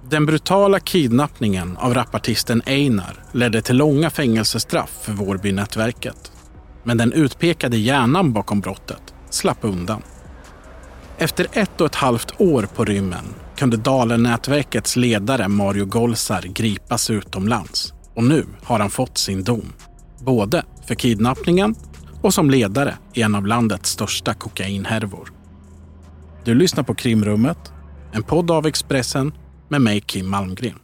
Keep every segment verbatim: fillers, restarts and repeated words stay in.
Den brutala kidnappningen av rapartisten Einar ledde till långa fängelsestraff för Vårbynätverket. Men den utpekade hjärnan bakom brottet slapp undan. Efter ett och ett halvt år på rymmen kunde Dalen-nätverkets ledare Mario Golzar gripas utomlands. Och nu har han fått sin dom. Både för kidnappningen och som ledare i en av landets största kokainhärvor. Du lyssnar på Krimrummet, en podd av Expressen med mig Kim Malmgren.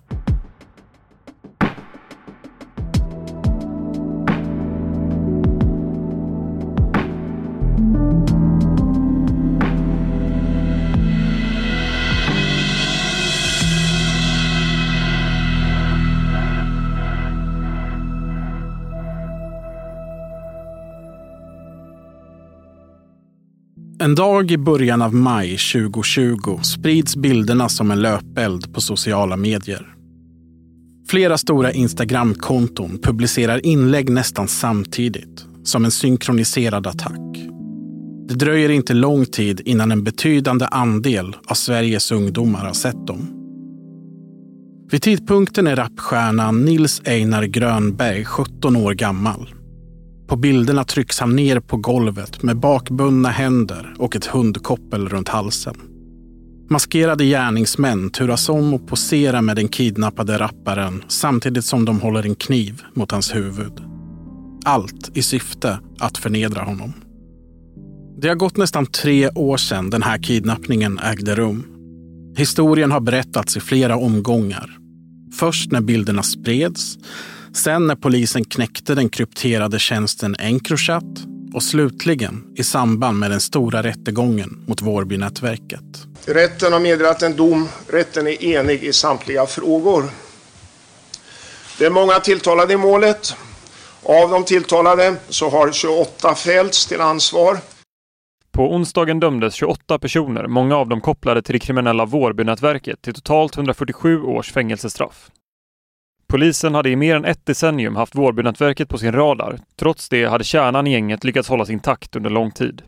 En dag i början av maj tjugohundratjugo sprids bilderna som en löpeld på sociala medier. Flera stora Instagram-konton publicerar inlägg nästan samtidigt, som en synkroniserad attack. Det dröjer inte lång tid innan en betydande andel av Sveriges ungdomar har sett dem. Vid tidpunkten är rapstjärnan Nils Einar Grönberg sjutton år gammal. På bilderna trycks han ner på golvet med bakbundna händer och ett hundkoppel runt halsen. Maskerade gärningsmän turas om och poserar med den kidnappade rapparen samtidigt som de håller en kniv mot hans huvud. Allt i syfte att förnedra honom. Det har gått nästan tre år sedan den här kidnappningen ägde rum. Historien har berättats i flera omgångar. Först när bilderna spreds, sen när polisen knäckte den krypterade tjänsten Encrochat och slutligen i samband med den stora rättegången mot Vårbynätverket. Rätten har meddelat en dom. Rätten är enig i samtliga frågor. Det är många tilltalade i målet. Av de tilltalade så har tjugoåtta fällts till ansvar. På onsdagen dömdes tjugoåtta personer, många av dem kopplade till det kriminella Vårbynätverket, till totalt hundrafyrtiosju års fängelsestraff. Polisen hade i mer än ett decennium haft Vårbynätverket på sin radar. Trots det hade kärnan i gänget lyckats hålla sin takt under lång tid.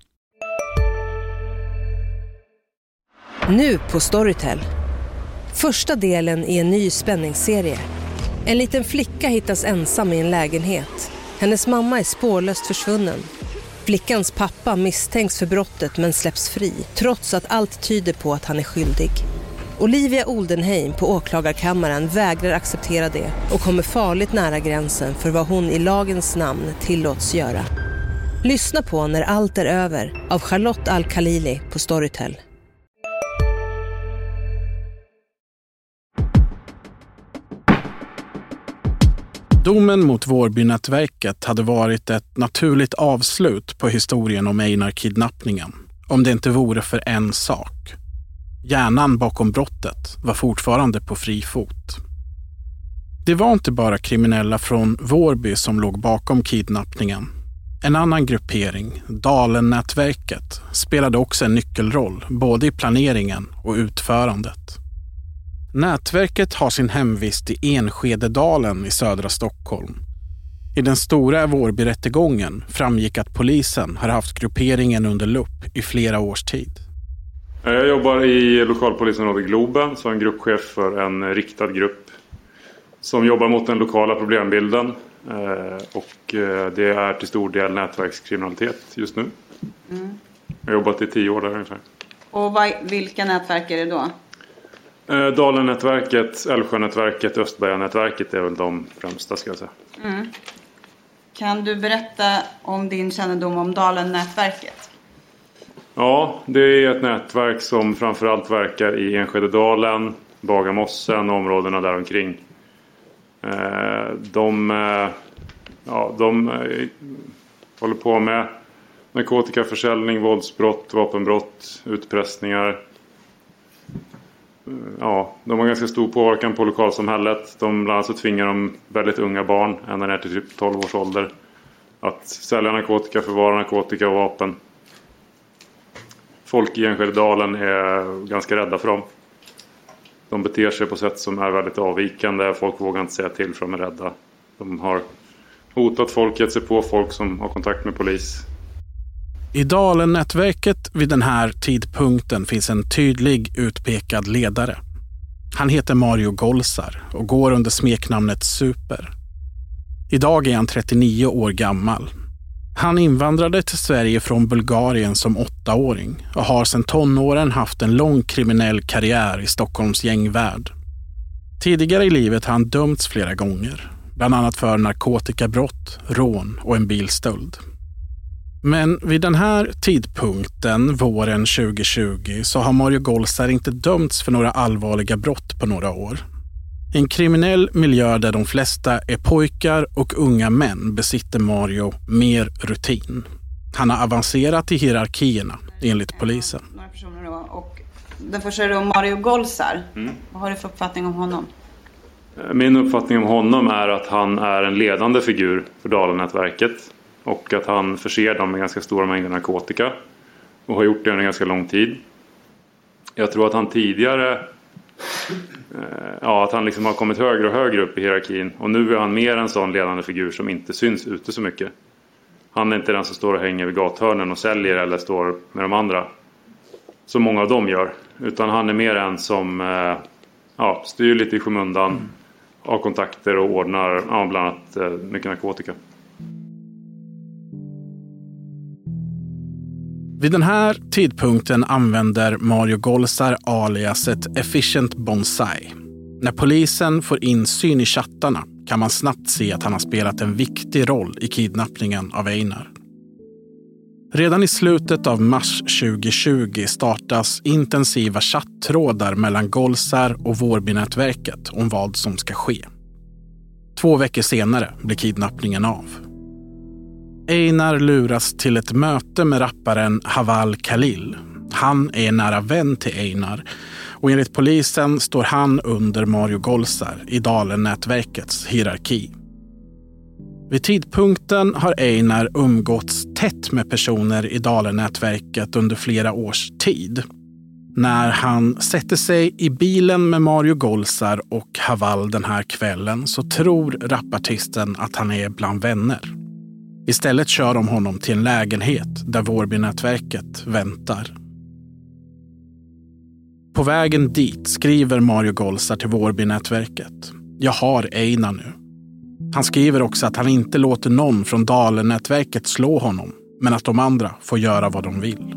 Nu på Storytel. Första delen i en ny spänningsserie. En liten flicka hittas ensam i en lägenhet. Hennes mamma är spårlöst försvunnen. Flickans pappa misstänks för brottet men släpps fri, trots att allt tyder på att han är skyldig. Olivia Oldenheim på åklagarkammaren vägrar acceptera det och kommer farligt nära gränsen för vad hon i lagens namn tillåts göra. Lyssna på När allt är över av Charlotte Al-Khalili på Storytel. Domen mot Vårbynätverket hade varit ett naturligt avslut på historien om Einar-kidnappningen, om det inte vore för en sak. Hjärnan bakom brottet var fortfarande på fri fot. Det var inte bara kriminella från Vårby som låg bakom kidnappningen. En annan gruppering, Dalen-nätverket, spelade också en nyckelroll både i planeringen och utförandet. Nätverket har sin hemvist i Enskededalen i södra Stockholm. I den stora Vårby-rättegången framgick att polisen har haft grupperingen under lupp i flera års tid. Jag jobbar i lokalpolisområdet Globen som en gruppchef för en riktad grupp som jobbar mot den lokala problembilden. Och det är till stor del nätverkskriminalitet just nu. Mm. Jag har jobbat i tio år där ungefär. Och vad, vilka nätverk är det då? Dalen-nätverket, Älvsjönätverket, Östberga-nätverket är väl de främsta, ska jag säga. Mm. Kan du berätta om din kännedom om Dalen-nätverket? Ja, det är ett nätverk som framförallt verkar i Enskededalen, Bagarmossen och områdena där omkring. De, ja, de håller på med narkotikaförsäljning, våldsbrott, vapenbrott, utpressningar. Ja, de har ganska stor påverkan på lokalsamhället. De bland annat så tvingar de väldigt unga barn, ända ner till typ tolv års ålder, att sälja narkotika, förvara narkotika och vapen. Folk i Enskededalen är ganska rädda för dem. De beter sig på sätt som är väldigt avvikande. Folk vågar inte säga till för de är rädda. De har hotat folk, gett sig på folk som har kontakt med polis. I Dalen-nätverket vid den här tidpunkten finns en tydlig utpekad ledare. Han heter Mario Golzar och går under smeknamnet Super. Idag är han trettionio år gammal. Han invandrade till Sverige från Bulgarien som åttaåring och har sedan tonåren haft en lång kriminell karriär i Stockholms gängvärld. Tidigare i livet har han dömts flera gånger, bland annat för narkotikabrott, rån och en bilstöld. Men vid den här tidpunkten, våren tjugo tjugo, så har Mario Golzar inte dömts för några allvarliga brott på några år. I en kriminell miljö där de flesta är pojkar och unga män besitter Mario mer rutin. Han har avancerat i hierarkierna, enligt polisen. Några personer då, och den första är då Mario Golzar. Mm. Vad har du för uppfattning om honom? Min uppfattning om honom är att han är en ledande figur för Dalenätverket och att han förser dem med ganska stora mängder narkotika och har gjort det under ganska lång tid. Jag tror att han tidigare ja, att han liksom har kommit högre och högre upp i hierarkin och nu är han mer en sån ledande figur som inte syns ute så mycket. Han är inte den som står och hänger vid gathörnen och säljer eller står med de andra som många av dem gör, utan han är mer en som ja, styr lite i skymundan, mm. har kontakter och ordnar ja, bland annat mycket narkotika. Vid den här tidpunkten använder Mario Golzar aliaset Efficient Bonsai. När polisen får insyn i chattarna kan man snabbt se att han har spelat en viktig roll i kidnappningen av Einar. Redan i slutet av mars tjugo tjugo startas intensiva chatttrådar mellan Golzar och Vårbynätverket om vad som ska ske. Två veckor senare blir kidnappningen av. Einar luras till ett möte med rapparen Haval Khalil. Han är nära vän till Einar och enligt polisen står han under Mario Golzar i Dalenätverkets hierarki. Vid tidpunkten har Einar umgåtts tätt med personer i Dalenätverket under flera års tid. När han sätter sig i bilen med Mario Golzar och Haval den här kvällen så tror rapartisten att han är bland vänner. Istället kör de honom till en lägenhet där Vårbynätverket väntar. På vägen dit skriver Mario Golzar till Vårbynätverket: "Jag har Einar nu." Han skriver också att han inte låter någon från Dalenätverket slå honom, men att de andra får göra vad de vill.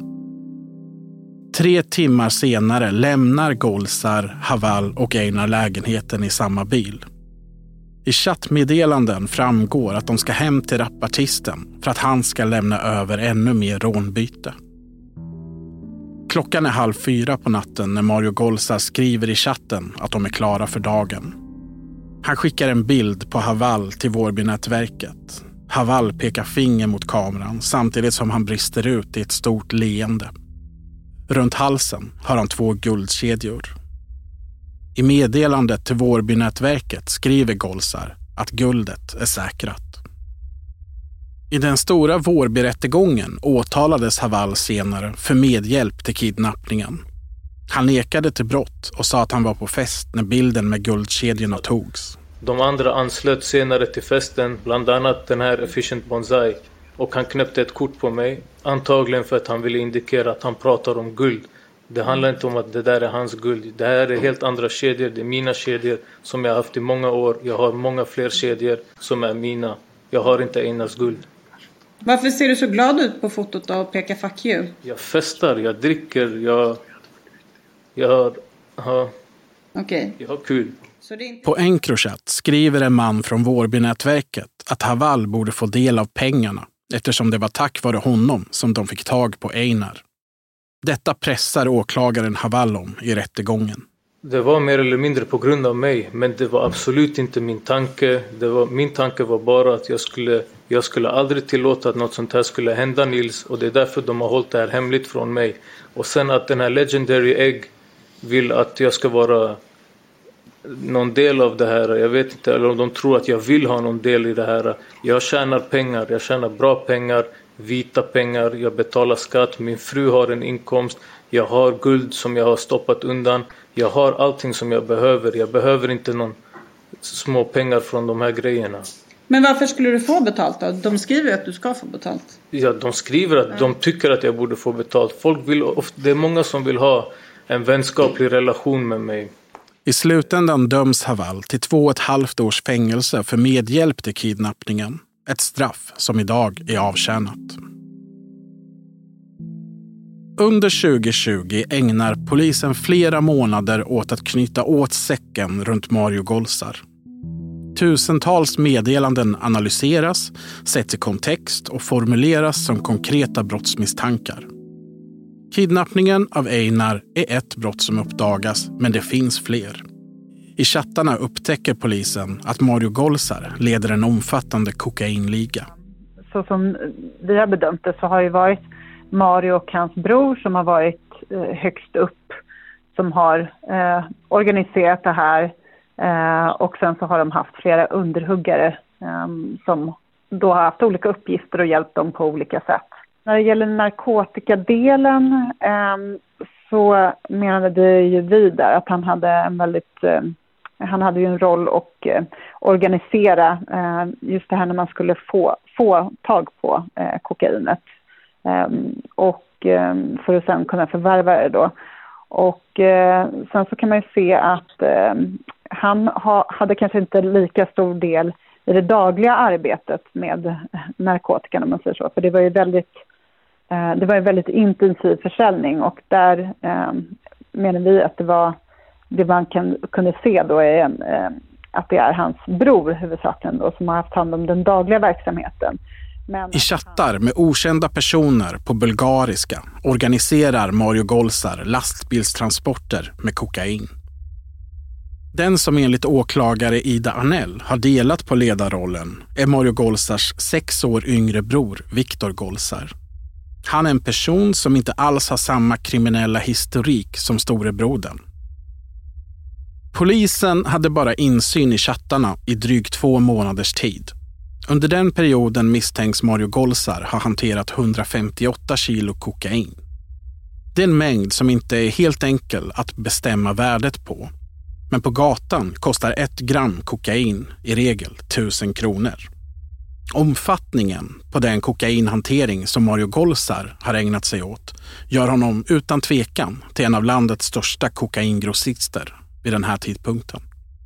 Tre timmar senare lämnar Golzar, Haval och Einar lägenheten i samma bil. I chattmeddelanden framgår att de ska hem till rapartisten för att han ska lämna över ännu mer rånbyte. Klockan är halv fyra på natten när Mario Golzar skriver i chatten att de är klara för dagen. Han skickar en bild på Haval till Vårbynätverket. Haval pekar finger mot kameran samtidigt som han brister ut i ett stort leende. Runt halsen har han två guldkedjor. I meddelandet till Vårbynätverket skriver Golzar att guldet är säkrat. I den stora Vårbyrättegången åtalades Haval senare för medhjälp till kidnappningen. Han nekade till brott och sa att han var på fest när bilden med guldkedjorna togs. De andra anslöt senare till festen, bland annat den här Efficient Bonsai, och han knäppte ett kort på mig, antagligen för att han ville indikera att han pratar om guld. Det handlar inte om att det där är hans guld. Det här är helt andra kedjor. Det är mina kedjor som jag har haft i många år. Jag har många fler kedjor som är mina. Jag har inte Einars guld. Varför ser du så glad ut på fotot och pekar fuck you? Jag festar, jag dricker, jag... Jag har... har Okej. Jag har kul. Så det är inte... På Encrochat skriver en man från Vårbynätverket att Haval borde få del av pengarna eftersom det var tack vare honom som de fick tag på Einar. Detta pressar åklagaren Haval om i rättegången. Det var mer eller mindre på grund av mig, men det var absolut inte min tanke. Det var, min tanke var bara att jag skulle, jag skulle aldrig tillåta att något sånt här skulle hända Nils, och det är därför de har hållit det här hemligt från mig. Och sen att den här Legendary Egg vill att jag ska vara någon del av det här. Jag vet inte, eller om de tror att jag vill ha någon del i det här. Jag tjänar pengar, jag tjänar bra pengar, vita pengar, jag betalar skatt, min fru har en inkomst, jag har guld som jag har stoppat undan, jag har allting som jag behöver. Jag behöver inte någon små pengar från de här grejerna. Men varför skulle du få betalt då? De skriver att du ska få betalt. Ja, de skriver att de tycker att jag borde få betalt. Folk vill, det är många som vill ha en vänskaplig relation med mig. I slutändan döms Haval till två och ett halvt års fängelse för medhjälp till kidnappningen. Ett straff som idag är avtjänat. Under tjugo tjugo ägnar polisen flera månader åt att knyta åt säcken runt Mario Golzar. Tusentals meddelanden analyseras, sätts i kontext och formuleras som konkreta brottsmisstankar. Kidnappningen av Einar är ett brott som uppdagas, men det finns fler. I chattarna upptäcker polisen att Mario Golzar leder en omfattande kokainliga. Så som vi har bedömt det så har det varit Mario och hans bror som har varit högst upp, som har eh, organiserat det här. Eh, och sen så har de haft flera underhuggare eh, som då har haft olika uppgifter och hjälpt dem på olika sätt. När det gäller narkotikadelen eh, så menade ju vi där att han hade en väldigt, eh, han hade ju en roll att eh, organisera eh, just det här när man skulle få, få tag på eh, kokainet eh, och eh, för att sen kunna förvärva det då. Och eh, sen så kan man ju se att eh, han ha, hade kanske inte lika stor del i det dagliga arbetet med narkotikan om man säger så. För det var ju väldigt, eh, det var en väldigt intensiv försäljning och där eh, menar vi att det var det man kan, kunde se då är eh, att det är hans bror huvudsakligen då, som har haft hand om den dagliga verksamheten. Men i chattar med okända personer på bulgariska organiserar Mario Golzar lastbilstransporter med kokain. Den som enligt åklagare Ida Arnell har delat på ledarrollen är Mario Golzars sex år yngre bror Viktor Golzar. Han är en person som inte alls har samma kriminella historik som storebrodern. Polisen hade bara insyn i chattarna i drygt två månaders tid. Under den perioden misstänks Mario Golzar ha hanterat hundrafemtioåtta kilo kokain. Det är en mängd som inte är helt enkel att bestämma värdet på. Men på gatan kostar ett gram kokain i regel tusen kronor. Omfattningen på den kokainhantering som Mario Golzar har ägnat sig åt gör honom utan tvekan till en av landets största kokaingrossister vid den här tidpunkten.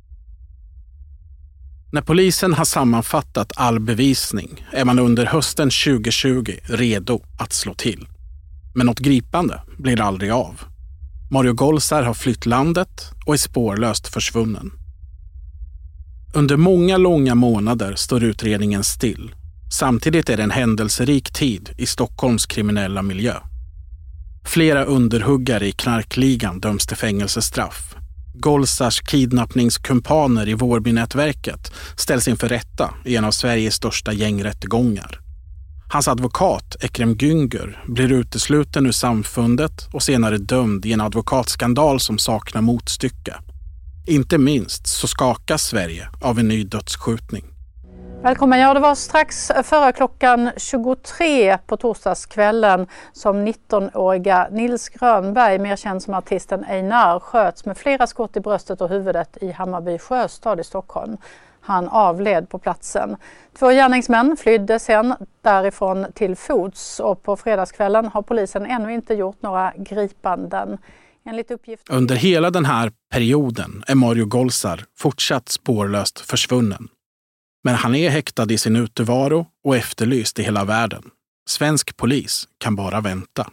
När polisen har sammanfattat all bevisning är man under hösten tjugo tjugo redo att slå till. Men något gripande blir aldrig av. Mario Golzar har flytt landet och är spårlöst försvunnen. Under många långa månader står utredningen still. Samtidigt är det en händelserik tid i Stockholms kriminella miljö. Flera underhuggare i knarkligan döms till fängelsestraff. Golzars kidnappningskumpaner i Vårbynätverket ställs inför rätta i en av Sveriges största gängrättegångar. Hans advokat Ekrem Güngör blir utesluten ur samfundet och senare dömd i en advokatskandal som saknar motstycke. Inte minst så skakas Sverige av en ny dödsskjutning. Välkommen, ja det var strax före klockan tjugotre på torsdagskvällen som nittonåriga Nils Grönberg, mer känd som artisten Einar, sköts med flera skott i bröstet och huvudet i Hammarby Sjöstad i Stockholm. Han avled på platsen. Två gärningsmän flydde sen därifrån till fots och på fredagskvällen har polisen ännu inte gjort några gripanden. Enligt uppgift... Under hela den här perioden är Mario Golzar fortsatt spårlöst försvunnen. Men han är häktad i sin utevaro och efterlyst i hela världen. Svensk polis kan bara vänta.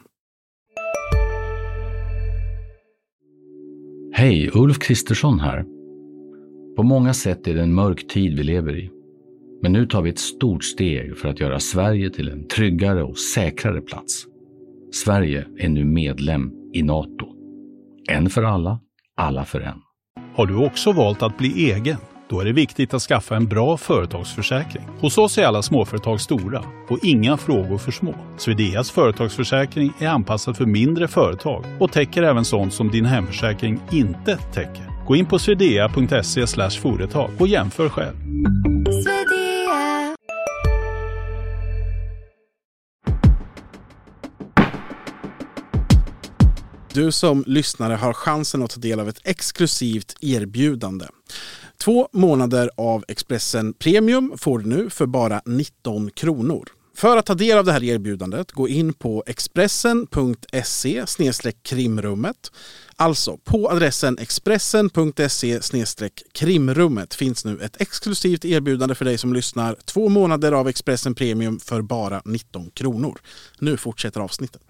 Hej, Ulf Kristersson här. På många sätt är det en mörk tid vi lever i. Men nu tar vi ett stort steg för att göra Sverige till en tryggare och säkrare plats. Sverige är nu medlem i NATO. En för alla, alla för en. Har du också valt att bli egen? Då är det viktigt att skaffa en bra företagsförsäkring. Hos oss är alla småföretag stora och inga frågor för små. Swedeas företagsförsäkring är anpassad för mindre företag och täcker även sånt som din hemförsäkring inte täcker. Gå in på swedea punkt se slash företag och jämför själv. Du som lyssnare har chansen att ta del av ett exklusivt erbjudande. Två månader av Expressen Premium får du nu för bara nitton kronor. För att ta del av det här erbjudandet, gå in på expressen punkt se slash krimrummet. Alltså, på adressen expressen punkt se slash krimrummet finns nu ett exklusivt erbjudande för dig som lyssnar. Två månader av Expressen Premium för bara nitton kronor. Nu fortsätter avsnittet.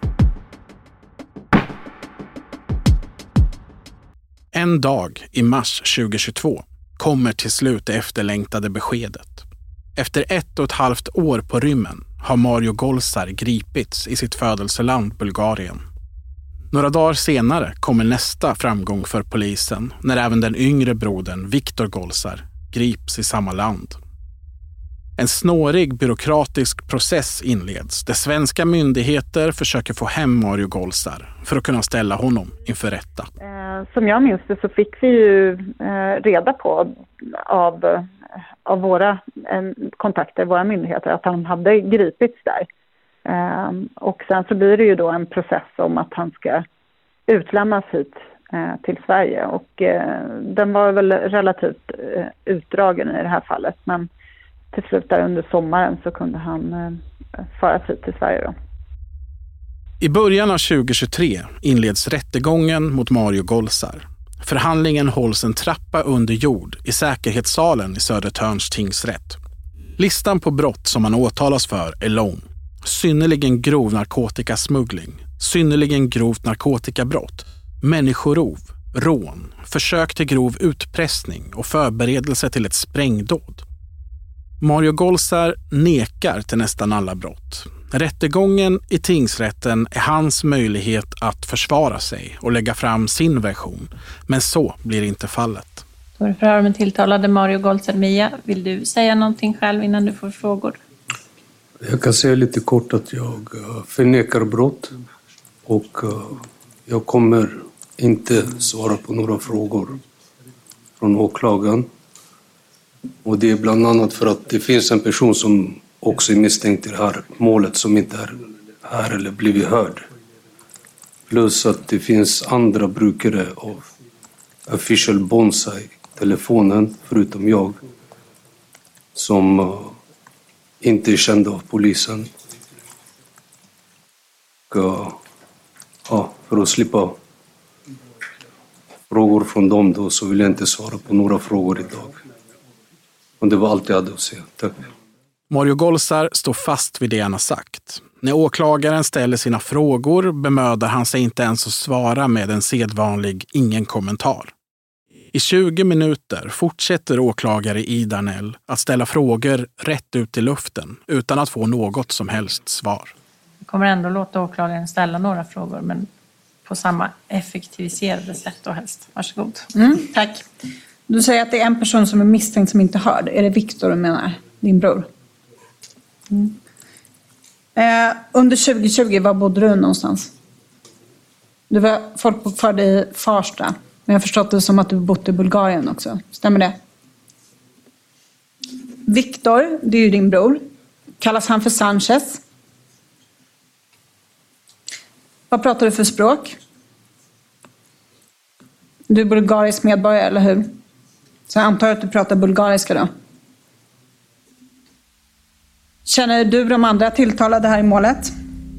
En dag i mars tjugohundratjugotvå kommer till slut det efterlängtade beskedet. Efter ett och ett halvt år på rymmen har Mario Golzar gripits i sitt födelseland Bulgarien. Några dagar senare kommer nästa framgång för polisen när även den yngre brodern Viktor Golzar grips i samma land. En snårig byråkratisk process inleds där svenska myndigheter försöker få hem Mario Golzar för att kunna ställa honom inför rätta. Eh, som jag minns det så fick vi ju eh, reda på av, av våra eh, kontakter, våra myndigheter, att han hade gripits där. Eh, och sen så blir det ju då en process om att han ska utlämnas hit eh, till Sverige. Och eh, den var väl relativt eh, utdragen i det här fallet, men till slut där under sommaren så kunde han eh, föras hit till Sverige då. I början av tjugohundratjugotre inleds rättegången mot Mario Golzar. Förhandlingen hålls en trappa under jord i säkerhetssalen i Södertörns tingsrätt. Listan på brott som man åtalas för är lång. Synnerligen grov narkotikasmuggling, synnerligen grovt narkotikabrott, människorov, rån, försök till grov utpressning och förberedelse till ett sprängdåd. Mario Golzar nekar till nästan alla brott. Rättegången i tingsrätten är hans möjlighet att försvara sig och lägga fram sin version. Men så blir inte fallet. Då är det förhör med tilltalade Mario Golzar Mia. Vill du säga någonting själv innan du får frågor? Jag kan säga lite kort att jag förnekar brott och jag kommer inte svara på några frågor från åklagaren. Och det är bland annat för att det finns en person som också är misstänkt i det här målet som inte är här eller blivit hörd. Plus att det finns andra brukare av Official Bonsai, telefonen, förutom jag, som uh, inte är kända av polisen. Och, uh, ja, för att slippa frågor från dem då så vill jag inte svara på några frågor idag. Och det var allt jag hade att säga. Tack. Mario Golzar står fast vid det han har sagt. När åklagaren ställer sina frågor bemödar han sig inte ens att svara med en sedvanlig ingen kommentar. I tjugo minuter fortsätter åklagare Idarnell att ställa frågor rätt ut i luften utan att få något som helst svar. Jag kommer ändå låta åklagaren ställa några frågor, men på samma effektiviserade sätt och helst. Varsågod. Mm, tack. Du säger att det är en person som är misstänkt som inte hörd. Är det Viktor du menar? Din bror? Mm. Eh, under tjugohundratjugo, var bodde du någonstans? Du var folkbokförd i Farsta. Men jag har förstått det som att du bott i Bulgarien också. Stämmer det? Viktor, det är ju din bror. Kallas han för Sanchez? Vad pratar du för språk? Du är bulgarisk medborgare, eller hur? Så jag antar att du pratar bulgariska då. Känner du de andra tilltalade här i målet?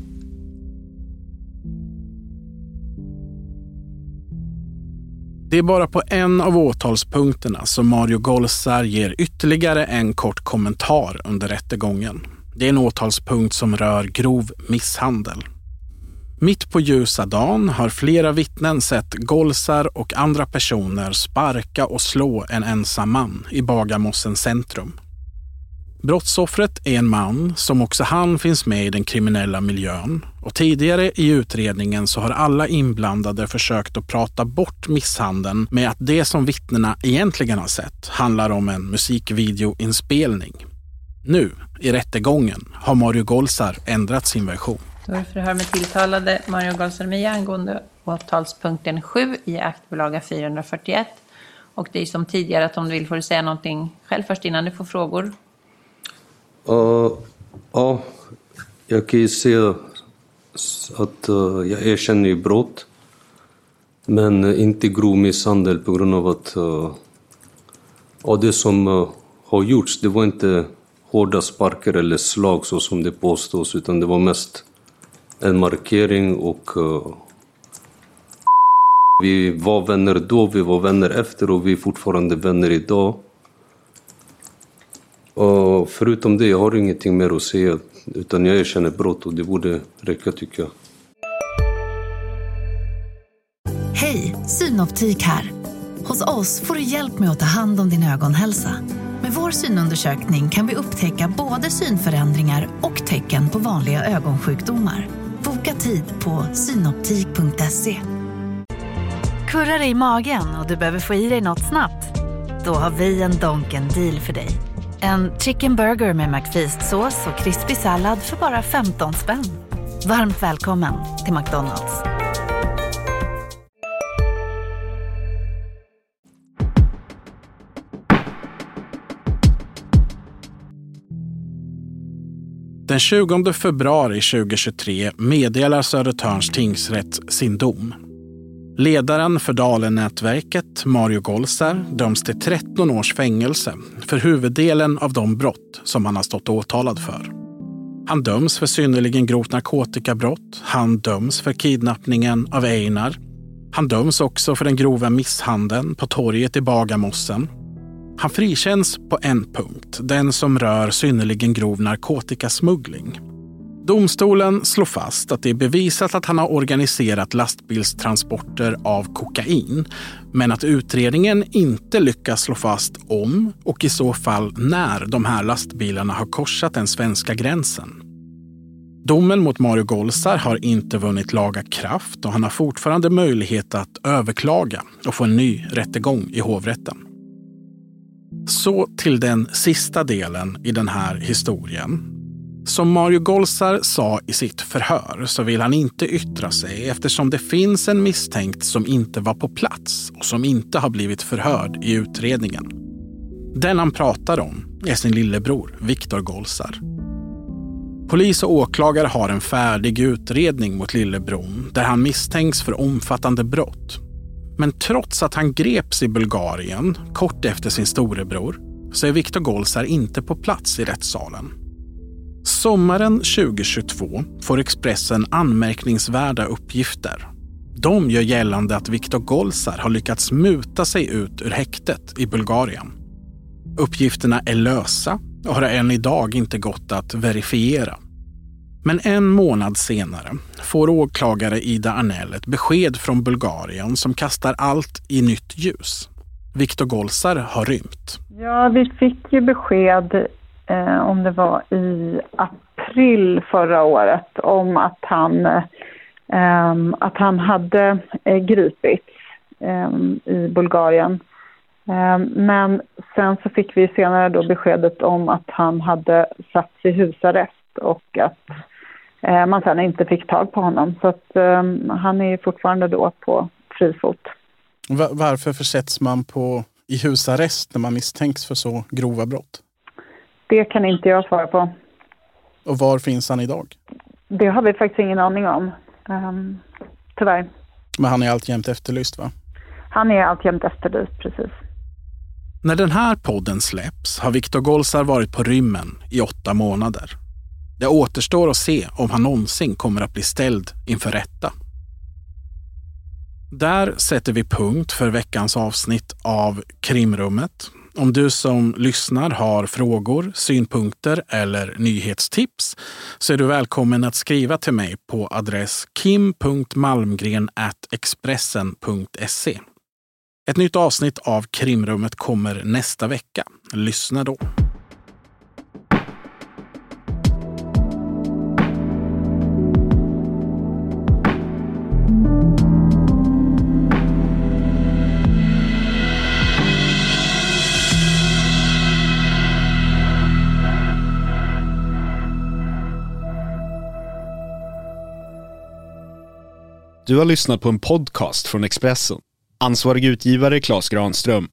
Det är bara på en av åtalspunkterna som Mario Golzar ger ytterligare en kort kommentar under rättegången. Det är en åtalspunkt som rör grov misshandel. Mitt på ljusa dagen har flera vittnen sett Golzar och andra personer sparka och slå en ensam man i Bagarmossens centrum. Brottsoffret är en man som också han finns med i den kriminella miljön, och tidigare i utredningen så har alla inblandade försökt att prata bort misshandeln med att det som vittnena egentligen har sett handlar om en musikvideoinspelning. Nu, i rättegången, har Mario Golzar ändrat sin version. Då är det förhör med tilltalade Mario Golzar Mia angående åtalspunkten sju i aktbolaga fyrahundrafyrtioett. Och det är som tidigare att om du vill får du säga någonting själv först innan du får frågor. Uh, ja, jag kan ju säga att uh, jag erkänner ju brott. Men uh, inte grov misshandel på grund av att uh, ja, det som uh, har gjorts, det var inte hårda sparkar eller slag så som det påstås, utan det var mest en markering och uh, Vi var vänner då, vi var vänner efter och vi är fortfarande vänner idag. Och förutom det, jag har ingenting mer att säga. Utan jag erkänner brott och det borde räcka, tycker jag. Hej, Synoptik här. Hos oss får du hjälp med att ta hand om din ögonhälsa. Med vår synundersökning kan vi upptäcka både synförändringar och tecken på vanliga ögonsjukdomar. Boka tid på synoptik punkt se. Kurrar dig i magen och du behöver få i dig något snabbt? Då har vi en Donken deal för dig. En chicken burger med McFeast-sås och krispig sallad för bara femton spänn. Varmt välkommen till McDonald's. Den tjugonde februari tjugohundratjugotre meddelar Södertörns tingsrätt sin dom. Ledaren för Dalen-nätverket, Mario Golzar, döms till tretton års fängelse för huvuddelen av de brott som han har stått åtalad för. Han döms för synnerligen grovt narkotikabrott. Han döms för kidnappningen av Einar. Han döms också för den grova misshandeln på torget i Bagarmossen. Han frikänns på en punkt, den som rör synnerligen grov narkotikasmuggling. Domstolen slår fast att det är bevisat att han har organiserat lastbilstransporter av kokain, men att utredningen inte lyckas slå fast om och i så fall när de här lastbilarna har korsat den svenska gränsen. Domen mot Mario Golzar har inte vunnit laga kraft och han har fortfarande möjlighet att överklaga och få en ny rättegång i hovrätten. Så till den sista delen i den här historien. Som Mario Golzar sa i sitt förhör så vill han inte yttra sig eftersom det finns en misstänkt som inte var på plats och som inte har blivit förhörd i utredningen. Den han pratar om är sin lillebror Viktor Golzar. Polis och åklagare har en färdig utredning mot lillebron där han misstänks för omfattande brott. Men trots att han greps i Bulgarien kort efter sin storebror så är Viktor Golzar inte på plats i rättssalen. Sommaren tjugohundratjugotvå får Expressen anmärkningsvärda uppgifter. De gör gällande att Viktor Golzar har lyckats muta sig ut ur häktet i Bulgarien. Uppgifterna är lösa och har än idag inte gått att verifiera. Men en månad senare får åklagare Ida Arnell ett besked från Bulgarien som kastar allt i nytt ljus. Viktor Golzar har rymt. Ja, vi fick ju besked eh, om det var i april förra året om att han, eh, att han hade eh, gripits eh, i Bulgarien. Eh, men sen så fick vi senare då beskedet om att han hade satts i husarrest och att eh, man sedan inte fick tag på honom. Så att eh, han är fortfarande då på fri fot. Varför försätts man på i husarrest när man misstänks för så grova brott? Det kan inte jag svara på. Och var finns han idag? Det har vi faktiskt ingen aning om. Um, tyvärr. Men han är alltjämt efterlyst, va? Han är alltjämt efterlyst, precis. När den här podden släpps har Viktor Golzar varit på rymmen i åtta månader. Det återstår att se om han någonsin kommer att bli ställd inför rätta. Där sätter vi punkt för veckans avsnitt av Krimrummet. Om du som lyssnar har frågor, synpunkter eller nyhetstips så är du välkommen att skriva till mig på adress kim punkt malmgren at expressen punkt se. Ett nytt avsnitt av Krimrummet kommer nästa vecka. Lyssna då. Du har lyssnat på en podcast från Expressen. Ansvarig utgivare Claes Granström.